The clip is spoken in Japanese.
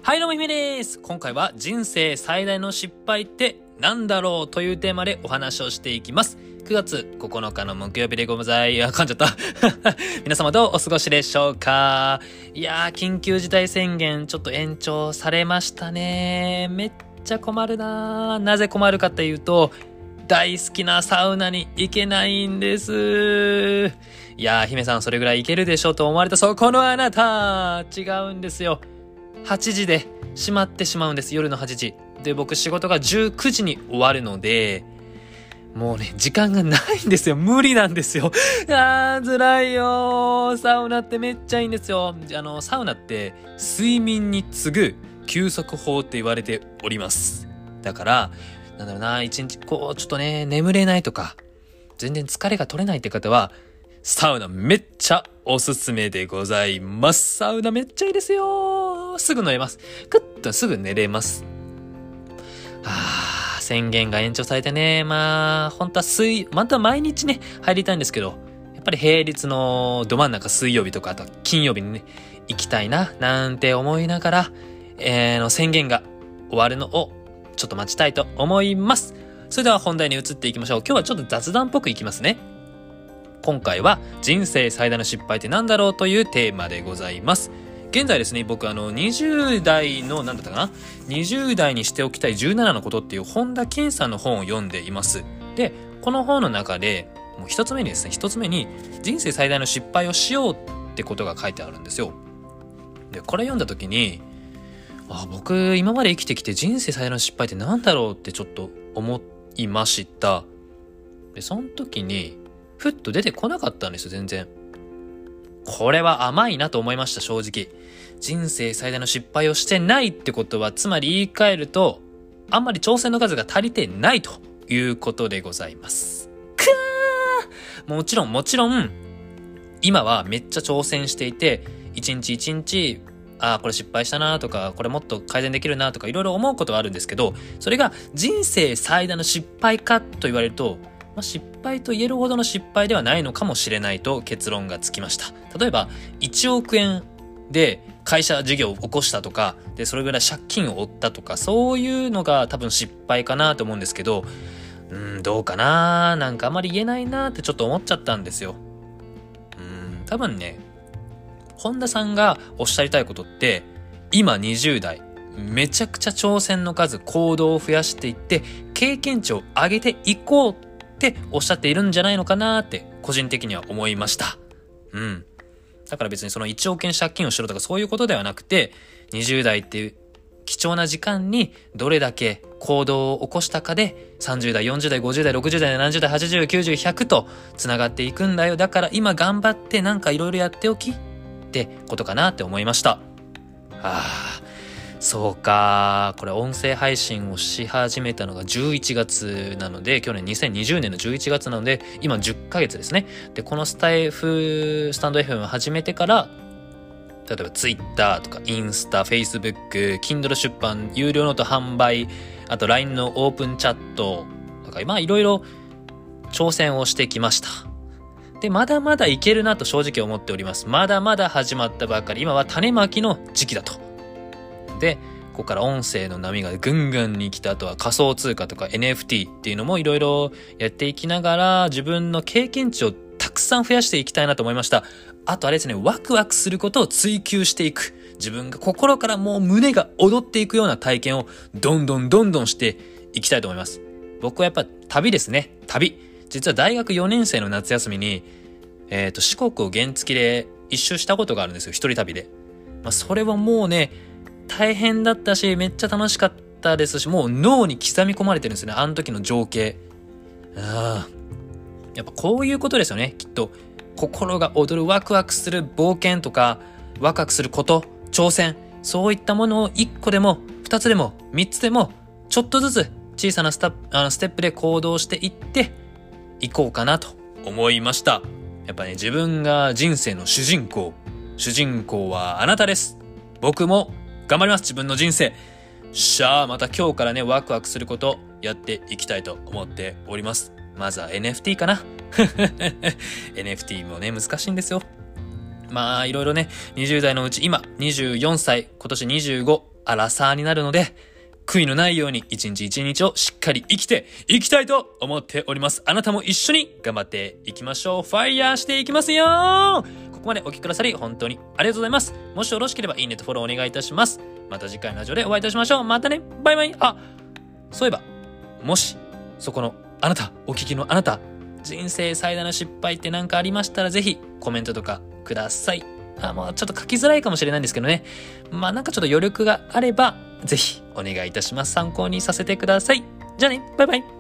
はい、どうもひめです。今回は人生最大の失敗って何だろうというテーマでお話をしていきます。9月9日の木曜日でございます。噛んじゃった。皆様どうお過ごしでしょうか？いやー、緊急事態宣言ちょっと延長されましたね。めっちゃ困るなー。なぜ困るかというと、大好きなサウナに行けないんです。いやー、姫さんそれぐらい行けるでしょと思われたそこのあなた、違うんですよ。8時で閉まってしまうんです。夜の8時。で、僕仕事が19時に終わるので、もうね、時間がないんですよ。無理なんですよ。辛いよ。サウナってめっちゃいいんですよ。サウナって睡眠に次ぐ休息法って言われております。だから、なんだろうな、一日ちょっとね、眠れないとか、全然疲れが取れないって方は、サウナめっちゃおすすめでございます。サウナめっちゃいいですよ。すぐ寝れます。くっとすぐ寝れます。宣言が延長されてね、本当はまた毎日ね、入りたいんですけど、やっぱり平日のど真ん中水曜日とか、あと金曜日にね、行きたいな、なんて思いながら、宣言が終わるのをちょっと待ちたいと思います。それでは本題に移っていきましょう。今日はちょっと雑談っぽくいきますね。今回は人生最大の失敗って何だろうというテーマでございます。現在ですね、僕20代の20代にしておきたい17のことっていう本田健さんの本を読んでいます。で、この本の中でもう一つ目に人生最大の失敗をしようってことが書いてあるんですよ。で、これ読んだ時に、僕今まで生きてきて人生最大の失敗って何だろうってちょっと思いました。で、その時にふっと出てこなかったんですよ、全然。これは甘いなと思いました、正直。人生最大の失敗をしてないってことは、つまり言い換えると、あんまり挑戦の数が足りてないということでございます。もちろん、今はめっちゃ挑戦していて、一日一日、これ失敗したなとか、これもっと改善できるなとか、いろいろ思うことはあるんですけど、それが人生最大の失敗かと言われると、失敗と言えるほどの失敗ではないのかもしれないと結論がつきました。例えば、1億円で会社事業を起こしたとか、で、それぐらい借金を負ったとか、そういうのが多分失敗かなと思うんですけど、どうかな、なんかあまり言えないなってちょっと思っちゃったんですよ。多分ね、本田さんがおっしゃりたいことって、今20代、めちゃくちゃ挑戦の数、行動を増やしていって、経験値を上げていこうっておっしゃっているんじゃないのかなって個人的には思いました。だから別にその1億円借金をしろとかそういうことではなくて、20代っていう貴重な時間にどれだけ行動を起こしたかで30代、40代、50代、60代、70代、80、90、100と繋がっていくんだよ。だから今頑張ってなんかいろいろやっておきってことかなって思いました。そうか。これ音声配信をし始めたのが11月なので、去年2020年の11月なので、今10ヶ月ですね。で、このスタンド FM を始めてから、例えば Twitter とかインスタ、Facebook、Kindle 出版、有料ノート販売、あと LINE のオープンチャットとか、いろいろ挑戦をしてきました。で、まだまだいけるなと正直思っております。まだまだ始まったばっかり。今は種まきの時期だと。で、ここから音声の波がぐんぐんに来た。あとは仮想通貨とか NFT っていうのもいろいろやっていきながら、自分の経験値をたくさん増やしていきたいなと思いました。あとあれですね、ワクワクすることを追求していく。自分が心からもう胸が躍っていくような体験をどんどんしていきたいと思います。僕はやっぱ旅ですね。旅。実は大学4年生の夏休みに、四国を原付で一周したことがあるんですよ。一人旅で。それはもうね、大変だったし、めっちゃ楽しかったですし、もう脳に刻み込まれてるんですよね。あの時の情景。やっぱこういうことですよね。きっと心が躍るワクワクする冒険とか、ワクワクすること、挑戦、そういったものを1個でも2つでも3つでもちょっとずつ小さなステップで行動していっていこうかなと思いました。やっぱね、自分が人生の主人公はあなたです。僕も頑張ります。自分の人生。また今日からね、ワクワクすることやっていきたいと思っております。まずは NFT かな。NFT もね、難しいんですよ。 まあいろいろね、20代のうち今24歳、今年25、アラサーになるので、悔いのないように一日一日をしっかり生きていきたいと思っております。あなたも一緒に頑張っていきましょう。ファイヤーしていきますよー。ここまでお聞きくださり本当にありがとうございます。もしよろしければいいねとフォローお願いいたします。また次回のラジオでお会いいたしましょう。またね。バイバイ。あ、そういえば、もし、そこのあなた、お聞きのあなた、人生最大の失敗って何かありましたらぜひコメントとかください。もうちょっと書きづらいかもしれないんですけどね。まあなんかちょっと余力があれば、ぜひお願いいたします。参考にさせてください。じゃあね、バイバイ。